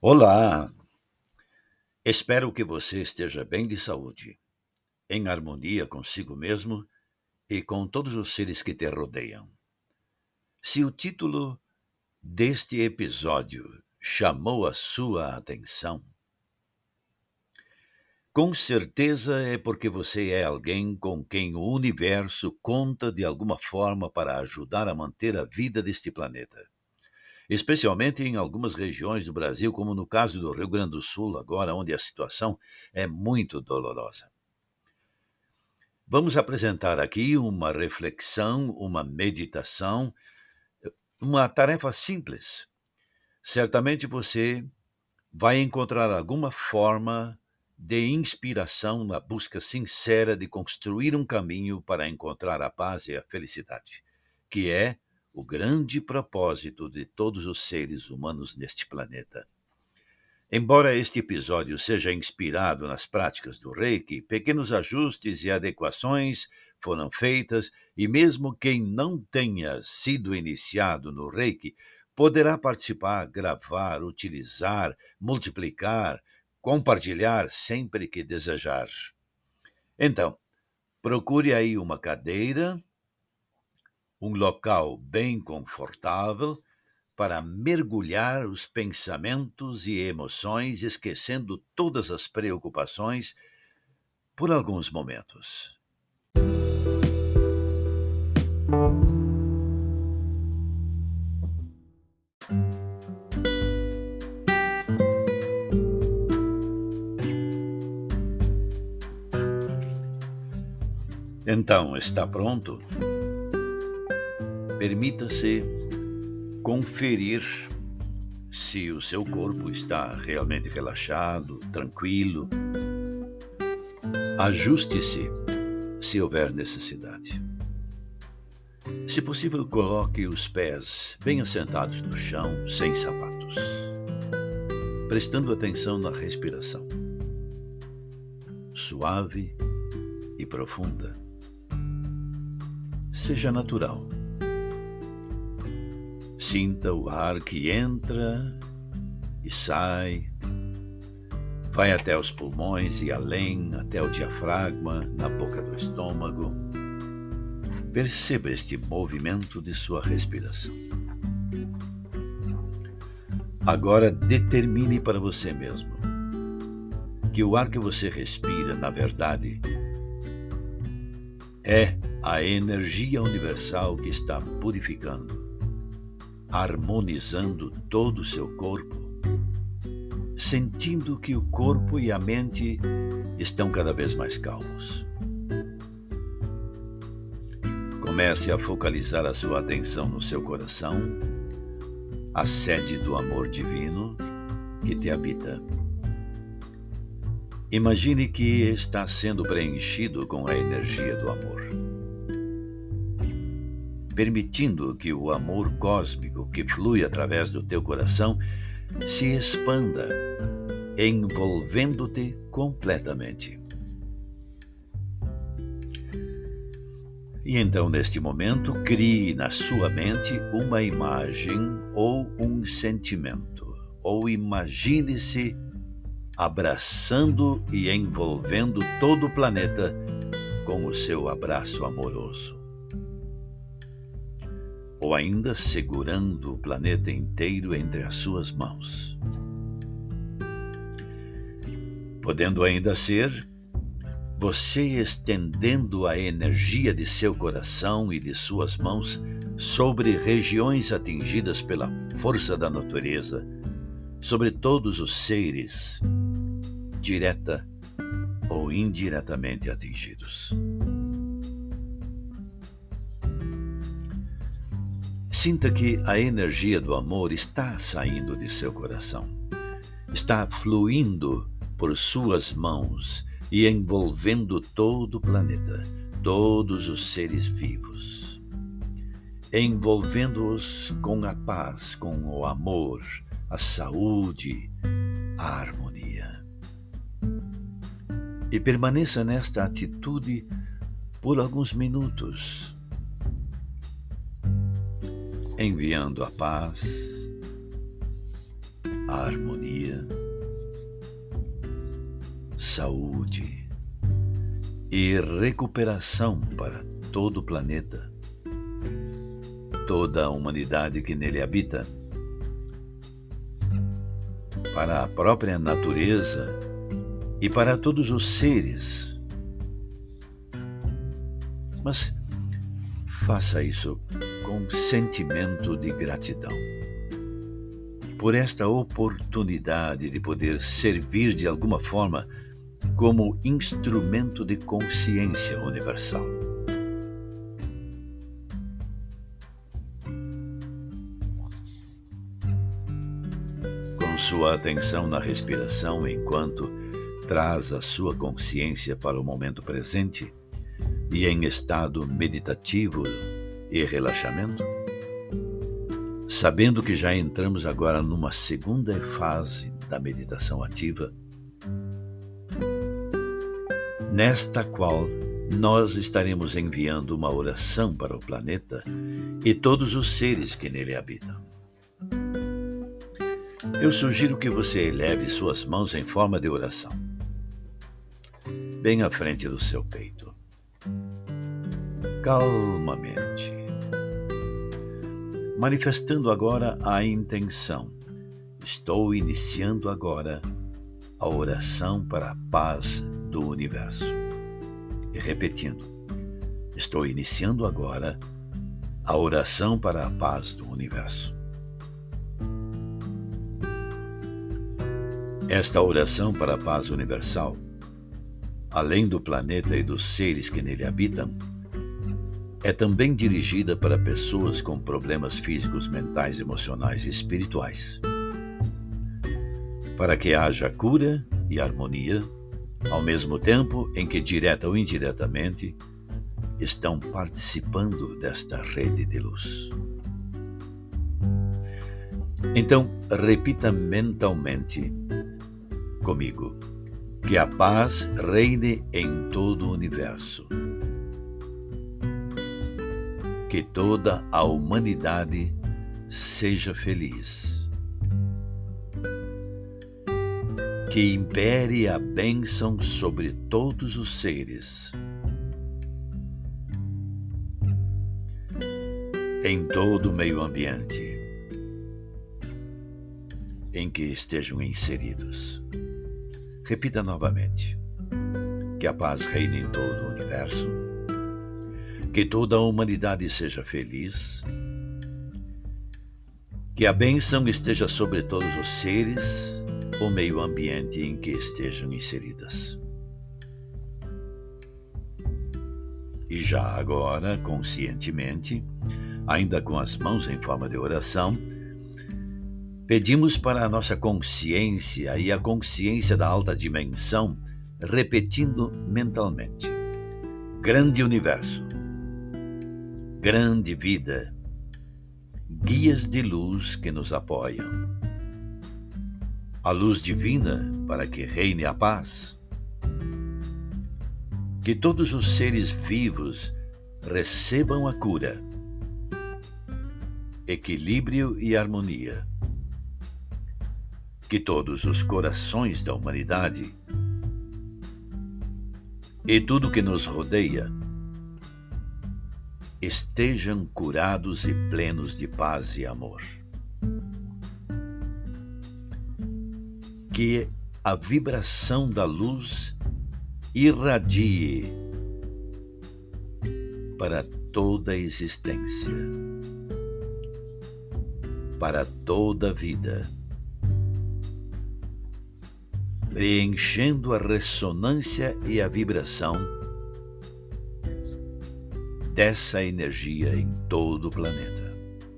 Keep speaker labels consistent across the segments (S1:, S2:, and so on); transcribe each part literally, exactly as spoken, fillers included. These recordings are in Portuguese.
S1: Olá, espero que você esteja bem de saúde, em harmonia consigo mesmo e com todos os seres que te rodeiam. Se o título deste episódio chamou a sua atenção, com certeza é porque você é alguém com quem o universo conta de alguma forma para ajudar a manter a vida deste planeta. Especialmente em algumas regiões do Brasil, como no caso do Rio Grande do Sul, agora onde a situação é muito dolorosa. Vamos apresentar aqui uma reflexão, uma meditação, uma tarefa simples. Certamente você vai encontrar alguma forma de inspiração na busca sincera de construir um caminho para encontrar a paz e a felicidade, que é o grande propósito de todos os seres humanos neste planeta. Embora este episódio seja inspirado nas práticas do Reiki, pequenos ajustes e adequações foram feitas e mesmo quem não tenha sido iniciado no Reiki poderá participar, gravar, utilizar, multiplicar, compartilhar sempre que desejar. Então, procure aí uma cadeira, um local bem confortável, para mergulhar os pensamentos e emoções, esquecendo todas as preocupações por alguns momentos. Então, está pronto? Permita-se conferir se o seu corpo está realmente relaxado, tranquilo. Ajuste-se se houver necessidade. Se possível, coloque os pés bem assentados no chão, sem sapatos, prestando atenção na respiração, suave e profunda. Seja natural. Sinta o ar que entra e sai, vai até os pulmões e além, até o diafragma, na boca do estômago. Perceba este movimento de sua respiração. Agora determine para você mesmo que o ar que você respira, na verdade, é a energia universal que está purificando, harmonizando todo o seu corpo, sentindo que o corpo e a mente estão cada vez mais calmos. Comece a focalizar a sua atenção no seu coração, a sede do amor divino que te habita. Imagine que está sendo preenchido com a energia do amor, permitindo que o amor cósmico que flui através do teu coração se expanda, envolvendo-te completamente. E então, neste momento, crie na sua mente uma imagem ou um sentimento, ou imagine-se abraçando e envolvendo todo o planeta com o seu abraço amoroso. Ou ainda segurando o planeta inteiro entre as suas mãos. Podendo ainda ser você estendendo a energia de seu coração e de suas mãos sobre regiões atingidas pela força da natureza, sobre todos os seres, direta ou indiretamente atingidos. Sinta que a energia do amor está saindo de seu coração, está fluindo por suas mãos e envolvendo todo o planeta, todos os seres vivos, envolvendo-os com a paz, com o amor, a saúde, a harmonia. E permaneça nesta atitude por alguns minutos, enviando a paz, a harmonia, saúde e recuperação para todo o planeta, toda a humanidade que nele habita, para a própria natureza e para todos os seres. Mas faça isso com sentimento de gratidão por esta oportunidade de poder servir de alguma forma como instrumento de consciência universal. Com sua atenção na respiração enquanto traz a sua consciência para o momento presente e em estado meditativo e relaxamento, sabendo que já entramos agora numa segunda fase da meditação ativa, nesta qual nós estaremos enviando uma oração para o planeta e todos os seres que nele habitam. Eu sugiro que você eleve suas mãos em forma de oração, bem à frente do seu peito. Calmamente, manifestando agora a intenção. Estou iniciando agora a oração para a paz do universo. E repetindo, estou iniciando agora a oração para a paz do universo. Esta oração para a paz universal, além do planeta e dos seres que nele habitam, é também dirigida para pessoas com problemas físicos, mentais, emocionais e espirituais, para que haja cura e harmonia, ao mesmo tempo em que, direta ou indiretamente, estão participando desta rede de luz. Então, repita mentalmente comigo, que a paz reine em todo o universo, que toda a humanidade seja feliz, que impere a bênção sobre todos os seres, em todo o meio ambiente em que estejam inseridos. Repita novamente, que a paz reine em todo o universo, que toda a humanidade seja feliz, que a bênção esteja sobre todos os seres, o meio ambiente em que estejam inseridas. E já agora, conscientemente, ainda com as mãos em forma de oração, pedimos para a nossa consciência e a consciência da alta dimensão, repetindo mentalmente: grande universo, grande vida, guias de luz que nos apoiam, a luz divina para que reine a paz, que todos os seres vivos recebam a cura, equilíbrio e harmonia, que todos os corações da humanidade e tudo que nos rodeia estejam curados e plenos de paz e amor. Que a vibração da luz irradie para toda a existência, para toda a vida, preenchendo a ressonância e a vibração dessa energia em todo o planeta.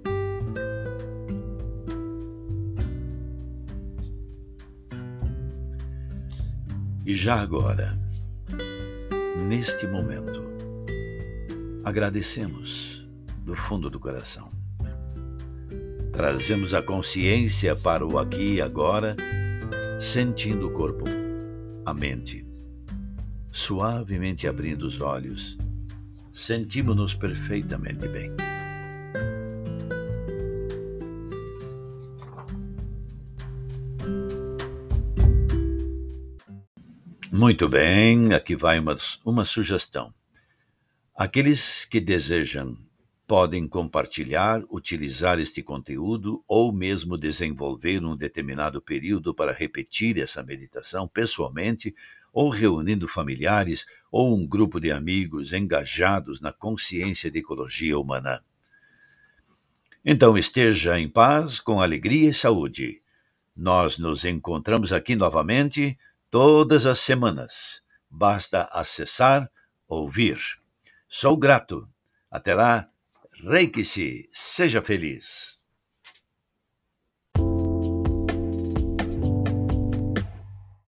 S1: E já agora, neste momento, agradecemos do fundo do coração. Trazemos a consciência para o aqui e agora, sentindo o corpo, a mente, suavemente abrindo os olhos, sentimos-nos perfeitamente bem. Muito bem, aqui vai uma, uma sugestão. Aqueles que desejam podem compartilhar, utilizar este conteúdo ou mesmo desenvolver um determinado período para repetir essa meditação pessoalmente ou reunindo familiares ou um grupo de amigos engajados na consciência de ecologia humana. Então esteja em paz, com alegria e saúde. Nós nos encontramos aqui novamente todas as semanas. Basta acessar, ouvir. Sou grato. Até lá, reiki-se, seja feliz.